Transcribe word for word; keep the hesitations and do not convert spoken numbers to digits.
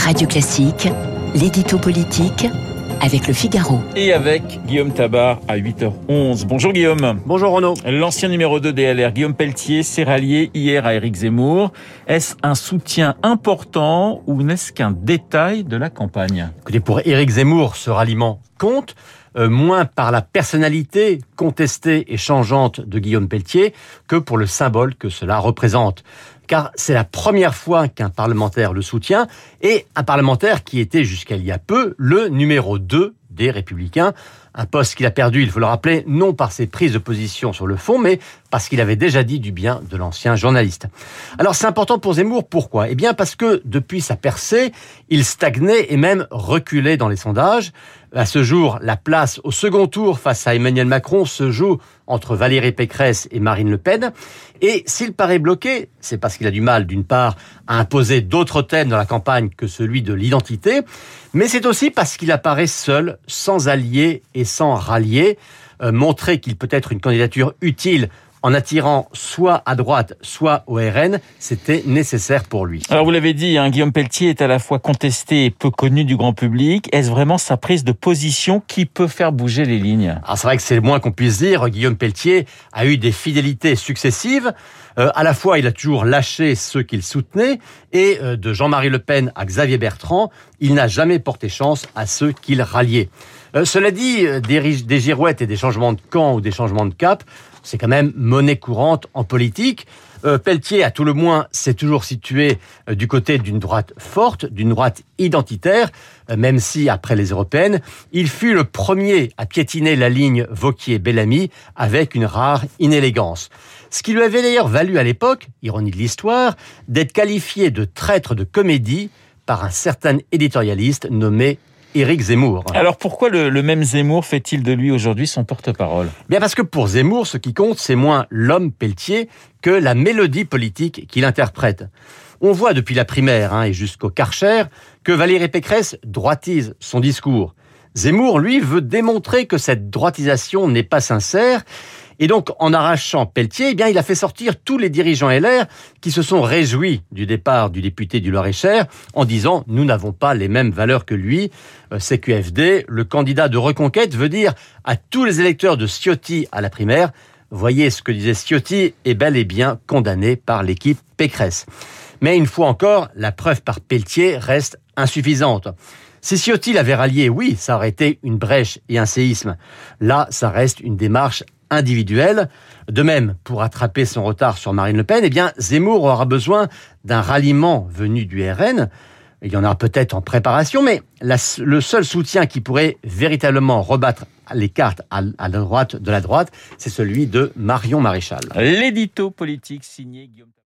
Radio Classique, l'édito politique avec Le Figaro. Et avec Guillaume Tabar à huit heures onze. Bonjour Guillaume. Bonjour Renaud. L'ancien numéro deux des L R, Guillaume Pelletier, s'est rallié hier à Éric Zemmour. Est-ce un soutien important ou n'est-ce qu'un détail de la campagne ? Écoutez, pour Éric Zemmour, ce ralliement compte, euh, moins par la personnalité contestée et changeante de Guillaume Pelletier que pour le symbole que cela représente. Car c'est la première fois qu'un parlementaire le soutient, et un parlementaire qui était jusqu'à il y a peu le numéro deux des Républicains. Un poste qu'il a perdu, il faut le rappeler, non par ses prises de position sur le fond, mais parce qu'il avait déjà dit du bien de l'ancien journaliste. Alors c'est important pour Zemmour, pourquoi ? Eh bien parce que depuis sa percée, il stagnait et même reculait dans les sondages. À ce jour, la place au second tour face à Emmanuel Macron se joue entre Valérie Pécresse et Marine Le Pen. Et s'il paraît bloqué, c'est parce qu'il a du mal, d'une part, à imposer d'autres thèmes dans la campagne que celui de l'identité, mais c'est aussi parce qu'il apparaît seul, sans alliés et sans ralliés, euh, montrer qu'il peut être une candidature utile en attirant soit à droite, soit au R N, c'était nécessaire pour lui. Alors vous l'avez dit, hein, Guillaume Pelletier est à la fois contesté et peu connu du grand public. Est-ce vraiment sa prise de position qui peut faire bouger les lignes ? Alors c'est vrai que c'est le moins qu'on puisse dire. Guillaume Pelletier a eu des fidélités successives. Euh, à la fois, il a toujours lâché ceux qu'il soutenait, et euh, de Jean-Marie Le Pen à Xavier Bertrand, il n'a jamais porté chance à ceux qu'il ralliait. Euh, cela dit, euh, des, des girouettes et des changements de camp ou des changements de cap, c'est quand même monnaie courante en politique. Euh, Pelletier, à tout le moins, s'est toujours situé euh, du côté d'une droite forte, d'une droite identitaire, euh, même si, après les européennes, il fut le premier à piétiner la ligne Wauquiez-Bellamy avec une rare inélégance. Ce qui lui avait d'ailleurs valu à l'époque, ironie de l'histoire, d'être qualifié de traître de comédie par un certain éditorialiste nommé Éric Zemmour. Alors pourquoi le, le même Zemmour fait-il de lui aujourd'hui son porte-parole ? Bien parce que pour Zemmour, ce qui compte, c'est moins l'homme Pelletier que la mélodie politique qu'il interprète. On voit depuis la primaire hein, et jusqu'au Karcher que Valérie Pécresse droitise son discours. Zemmour, lui, veut démontrer que cette droitisation n'est pas sincère. Et donc, en arrachant Pelletier, eh bien, il a fait sortir tous les dirigeants L R qui se sont réjouis du départ du député du Loir-et-Cher en disant « Nous n'avons pas les mêmes valeurs que lui ». C Q F D, le candidat de Reconquête, veut dire à tous les électeurs de Ciotti à la primaire « Voyez ce que disait Ciotti est bel et bien condamné par l'équipe Pécresse ». Mais une fois encore, la preuve par Pelletier reste insuffisante. Si Ciotti l'avait rallié, oui, ça aurait été une brèche et un séisme. Là, ça reste une démarche individuelle. De même, pour rattraper son retard sur Marine Le Pen, eh bien, Zemmour aura besoin d'un ralliement venu du R N. Il y en aura peut-être en préparation, mais la, le seul soutien qui pourrait véritablement rebattre les cartes à, à la droite de la droite, c'est celui de Marion Maréchal. L'édito politique signé Guillaume